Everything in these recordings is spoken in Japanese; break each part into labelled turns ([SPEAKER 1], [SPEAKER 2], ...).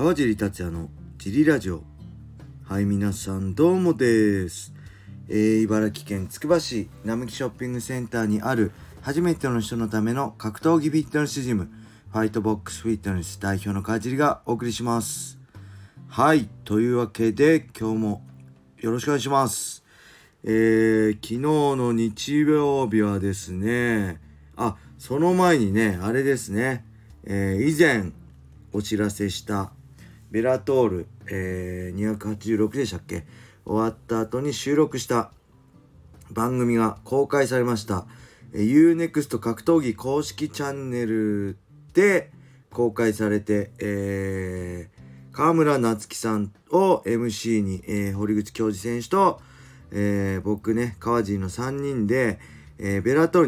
[SPEAKER 1] 川尻達也のジリラジオ。はい、皆さんどうもです。茨城県つくば市並木ショッピングセンターにある初めての人のための格闘技フィットネスジム、ファイトボックスフィットネス代表の川尻がお送りします。はい、というわけで今日もよろしくお願いします。昨日の日曜日はですね、その前にね、あれですね、以前お知らせしたベラトール、286でしたっけ、終わった後に収録した番組が公開されました。UNEXT 格闘技公式チャンネルで公開されて、川村夏樹さんを MC に、堀口恭司選手と、僕ね、川尻の3人で、ベラトール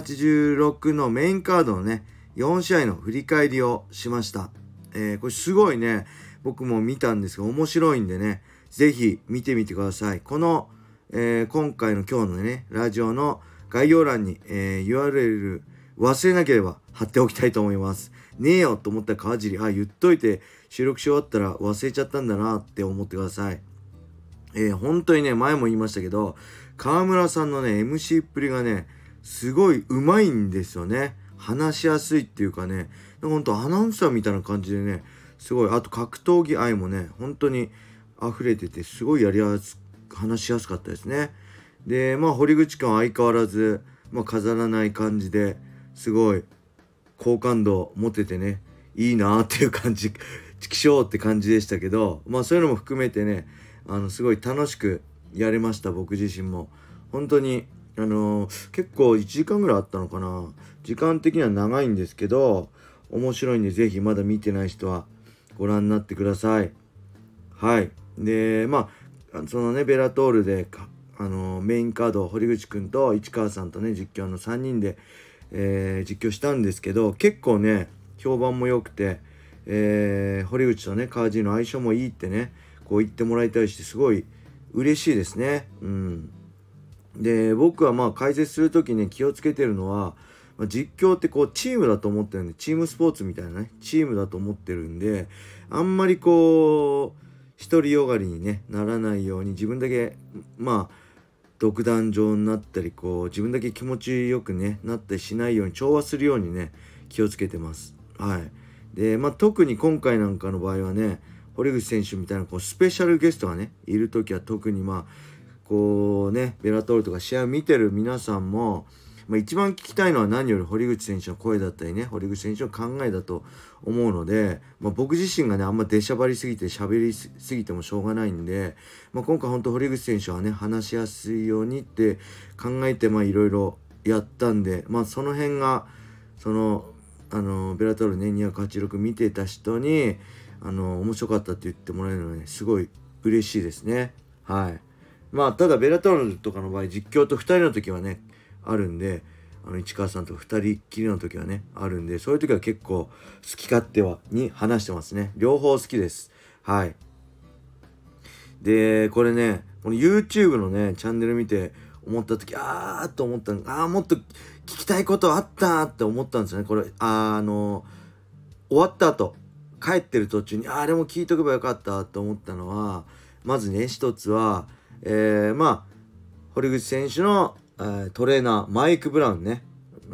[SPEAKER 1] 286のメインカードのね、4試合の振り返りをしました。これすごいね、僕も見たんですが面白いんでね、ぜひ見てみてください。この、今回の今日のね、ラジオの概要欄に、URL 忘れなければ貼っておきたいと思います。ねえよと思ったら川尻、言っといて収録し終わったら忘れちゃったんだなって思ってください。本当にね、前も言いましたけど、川村さんのね、MC っぷりがね、すごい上手いんですよね。話しやすいっていうかね、ほんとアナウンサーみたいな感じでね、すごい、あと格闘技愛もね、本当に溢れてて、すごい話しやすかったですね。で、堀口君は相変わらず、飾らない感じですごい好感度持ててね、いいなーっていう感じ、チキショーって感じでしたけど、そういうのも含めてね、すごい楽しくやれました。僕自身も本当に結構1時間ぐらいあったのかな。時間的には長いんですけど面白いんで、ぜひまだ見てない人はご覧になってください。はい。で、そのね、ベラトールでメインカード堀口くんと市川さんとね、実況の3人で、実況したんですけど、結構ね評判も良くて、堀口とね川尻の相性もいいってね、こう言ってもらいたいして、すごい嬉しいですね。で、僕は解説するときに気をつけてるのは、実況ってこうチームだと思ってるんで、チームスポーツみたいなね、チームだと思ってるんで、あんまりこう独りよがりにねならないように、自分だけ独壇場になったり、こう自分だけ気持ちよくねなったりしないように、調和するようにね気をつけてます。はい。で、特に今回なんかの場合はね、堀口選手みたいなこうスペシャルゲストがねいるときは、特にこうね、ベラトールとか試合を見てる皆さんも、一番聞きたいのは何より堀口選手の声だったりね、堀口選手の考えだと思うので、僕自身がねあんま出しゃばりすぎて喋りすぎてもしょうがないんで、今回本当堀口選手はね話しやすいようにって考えていろいろやったんで、その辺がそのベラトールね286見てた人に面白かったって言ってもらえるのはね、すごい嬉しいですね。はい。ただベラトールとかの場合、実況と2人の時はねあるんで、市川さんと2人っきりの時はねあるんで、そういう時は結構好き勝手に話してますね。両方好きです。はい。で、これね、この YouTube のねチャンネル見て思った時、と思ったの、もっと聞きたいことあったって思ったんですよね。これ終わった後帰ってる途中に、あれも聞いとけばよかったと思ったのは、まずね、一つは堀口選手の、トレーナーマイク・ブラウンね、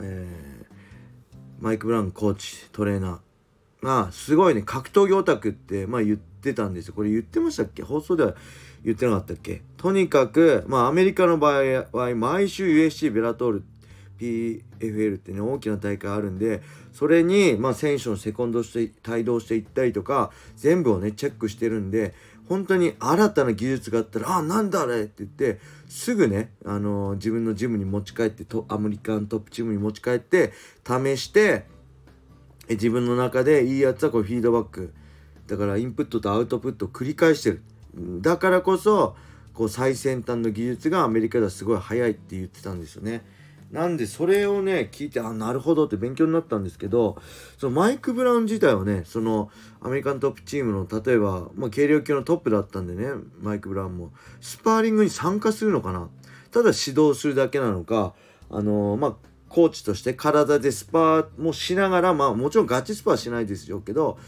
[SPEAKER 1] マイク・ブラウンコーチトレーナーがすごいね格闘技オタクって言ってたんですよ。これ言ってましたっけ？放送では言ってなかったっけ？とにかくアメリカの場合は毎週 UFC ベラトール PFL ってね大きな大会あるんで、それに選手のセコンドして帯同していったりとか全部をねチェックしてるんで、本当に新たな技術があったら、なんだあれって言ってすぐね自分のジムに持ち帰って、アメリカントップチームに持ち帰って試して、自分の中でいいやつはこうフィードバックだから、インプットとアウトプットを繰り返してる。だからこそこう最先端の技術がアメリカではすごい早いって言ってたんですよね。なんでそれをね聞いて、なるほどって勉強になったんですけど、そのマイク・ブラウン自体はね、そのアメリカントップチームの例えば、軽量級のトップだったんでね、マイク・ブラウンもスパーリングに参加するのかな、ただ指導するだけなのか、コーチとして体でスパーもしながら、もちろんガチスパはしないでしょうけど、普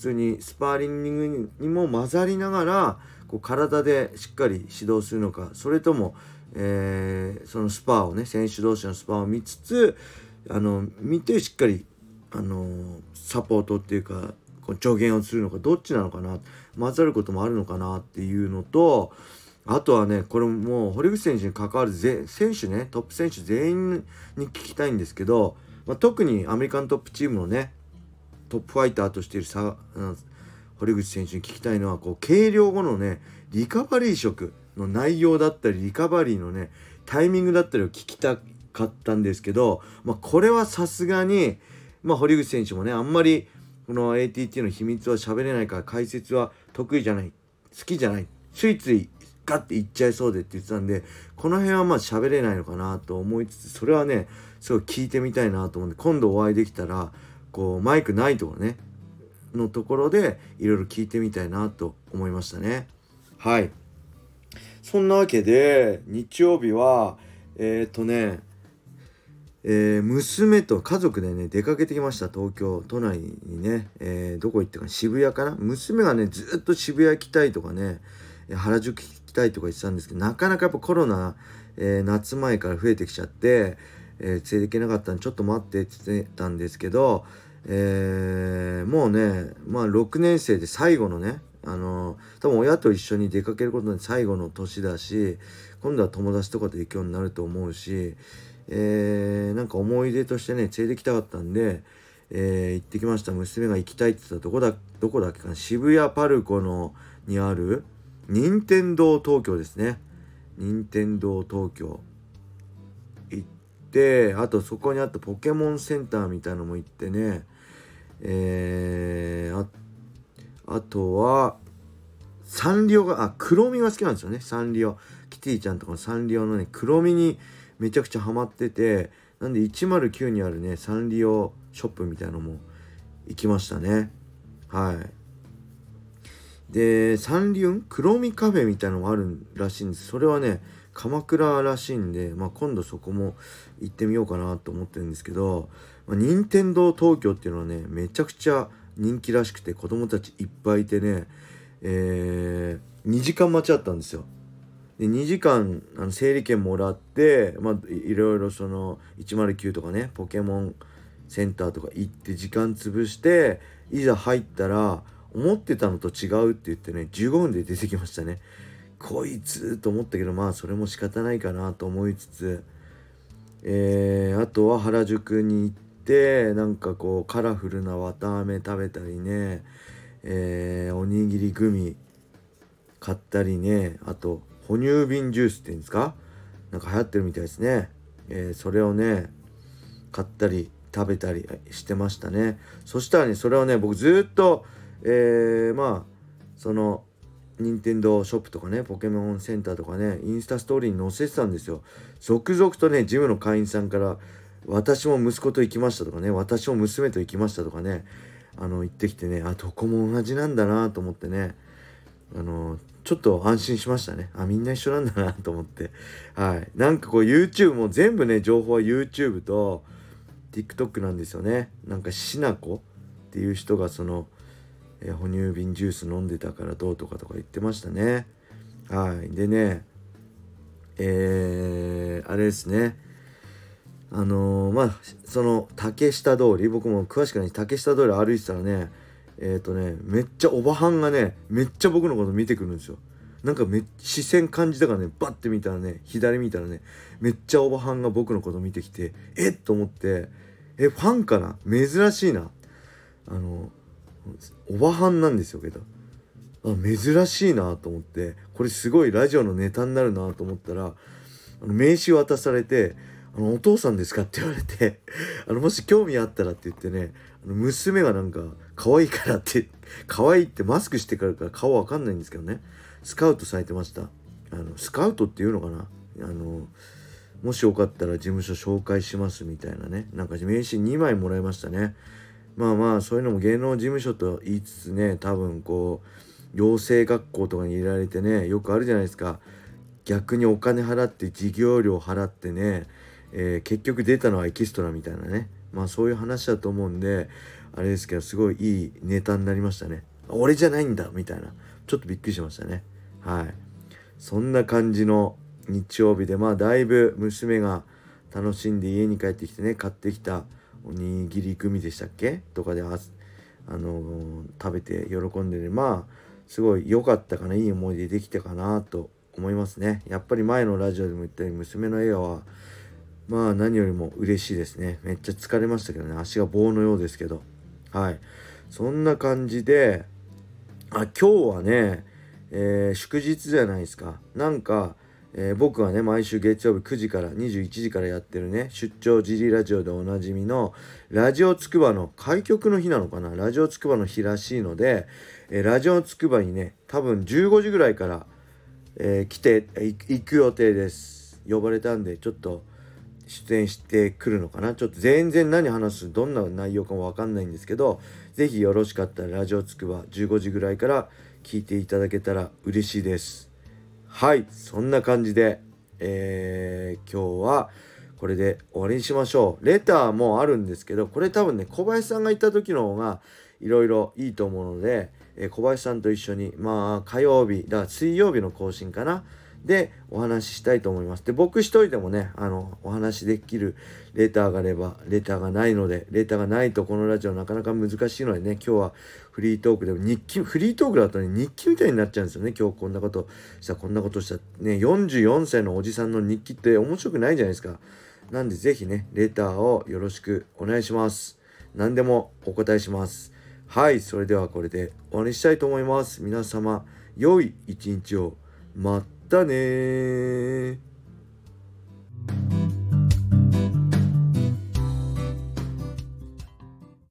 [SPEAKER 1] 通にスパーリングにも混ざりながらこう体でしっかり指導するのか、それとも、そのスパーをね、選手同士のスパーを見つつ見てしっかりサポートっていうかこう助言をするのか、どっちなのかな、混ざることもあるのかなっていうのと、あとはね、これもう堀口選手に関わる選手ね、トップ選手全員に聞きたいんですけど、特にアメリカントップチームのねトップファイターとしている堀口選手に聞きたいのは、こう計量後のねリカバリー食の内容だったり、リカバリーのねタイミングだったりを聞きたかったんですけど、これはさすがに堀口選手もね、あんまりこの ATT の秘密は喋れないから、解説は得意じゃない、好きじゃない、ついついガッて言っちゃいそうでって言ってたんで、この辺は喋れないのかなと思いつつ、それはねすごい聞いてみたいなと思うんで、今度お会いできたらこうマイクないところねのところでいろいろ聞いてみたいなと思いましたね。はい、そんなわけで日曜日は娘と家族でね出かけてきました。東京都内にね、どこ行ったかな、渋谷かな。娘がねずっと渋谷行きたいとかね、原宿行きたいとか言ってたんですけど、なかなかやっぱコロナ、夏前から増えてきちゃって、連れて行けなかったんでちょっと待ってって言ってたんですけど、もうね6年生で最後のね、多分親と一緒に出かけることで最後の年だし、今度は友達とかと行くようになると思うし、なんか思い出としてね連れて行きたかったんで、行ってきました。娘が行きたいって言ったどこだっけかな、渋谷パルコにある任天堂東京ですね。任天堂東京行って、あとそこにあったポケモンセンターみたいなのも行ってね、あとはサンリオがクロミが好きなんですよね。サンリオキティちゃんとかのサンリオのねクロミにめちゃくちゃハマってて、なんで109にあるねサンリオショップみたいなのも行きましたね。はい。でサンリオクロミカフェみたいなのがあるらしいんです。それはね鎌倉らしいんで、今度そこも行ってみようかなと思ってるんですけど、任天堂東京っていうのはねめちゃくちゃ人気らしくて、子供たちいっぱいいてね、2時間待ちだったんですよ。で2時間整理券もらって、いろいろその109とかねポケモンセンターとか行って時間潰して、いざ入ったら思ってたのと違うって言ってね15分で出てきましたね。こいつと思ったけど、それも仕方ないかなと思いつつ、あとは原宿に行ってなんかこうカラフルな綿あめ食べたりね、おにぎりグミ買ったりね、あと哺乳瓶ジュースっていうんですか、なんか流行ってるみたいですね。それをね買ったり食べたりしてましたね。そしたらねそれをね僕ずっとその任天堂ショップとかねポケモンセンターとかねインスタストーリーに載せてたんですよ。続々とねジムの会員さんから私も息子と行きましたとかね、私も娘と行きましたとかね言ってきてね、どこも同じなんだなと思ってね、ちょっと安心しましたね。みんな一緒なんだなと思って、はい。なんかこう YouTube も全部ね情報は YouTube と TikTok なんですよね。なんかしなこっていう人がその哺乳瓶ジュース飲んでたからどうとか言ってましたね。はい。でねあれですね、その竹下通り、僕も詳しくない竹下通り歩いてたらねめっちゃおばはんがねめっちゃ僕のこと見てくるんですよ。なんか視線感じたからね、バッて見たらね、左見たらねめっちゃおばはんが僕のこと見てきて、っと思って、ファンかな、珍しいな、おばはんなんですよけど、珍しいなと思って、これすごいラジオのネタになるなと思ったら、名刺渡されて、お父さんですかって言われてもし興味あったらって言ってね、娘がなんか可愛いからって可愛いってマスクしてから顔わかんないんですけどね、スカウトされてました。スカウトっていうのかな、もしよかったら事務所紹介しますみたいなね、なんか名刺2枚もらいましたね。そういうのも芸能事務所と言いつつね、多分こう養成学校とかに入れられてね、よくあるじゃないですか。逆にお金払って授業料払ってね、 結局出たのはエキストラみたいなね、そういう話だと思うんであれですけど、すごいいいネタになりましたね。俺じゃないんだみたいな、ちょっとびっくりしましたね。はい、そんな感じの日曜日で、だいぶ娘が楽しんで家に帰ってきてね、買ってきたおにぎりグミでしたっけとかで食べて喜んでね、すごい良かったかな、いい思い出できたかなと思いますね。やっぱり前のラジオでも言ったように娘の笑顔は何よりも嬉しいですね。めっちゃ疲れましたけどね、足が棒のようですけど、はい、そんな感じで今日はね、祝日じゃないですか。僕はね、毎週月曜日9時から21時からやってるね、出張ジリラジオでおなじみのラジオつくばの開局の日なのかな、ラジオつくばの日らしいので、ラジオつくばにね、多分15時ぐらいから、行く予定です。呼ばれたんでちょっと出演してくるのかな。ちょっと全然何話す、どんな内容かもわかんないんですけど、ぜひよろしかったらラジオつくば15時ぐらいから聞いていただけたら嬉しいです。はい、そんな感じで、今日はこれで終わりにしましょう。レターもあるんですけど、これ多分ね、小林さんがいた時の方がいろいろいいと思うので、小林さんと一緒に火曜日だから水曜日の更新かなでお話ししたいと思います。で、僕一人でもね、お話できるレターがあれば、レターがないので、レターがないとこのラジオなかなか難しいのでね、今日はフリートークでもフリートークだとね、日記みたいになっちゃうんですよね。今日こんなことしたこんなことしたね、44歳のおじさんの日記って面白くないじゃないですか。なんでぜひね、レターをよろしくお願いします。何でもお答えします。はい、それではこれで終わりにしたいと思います。皆様、良い一日を。またねー。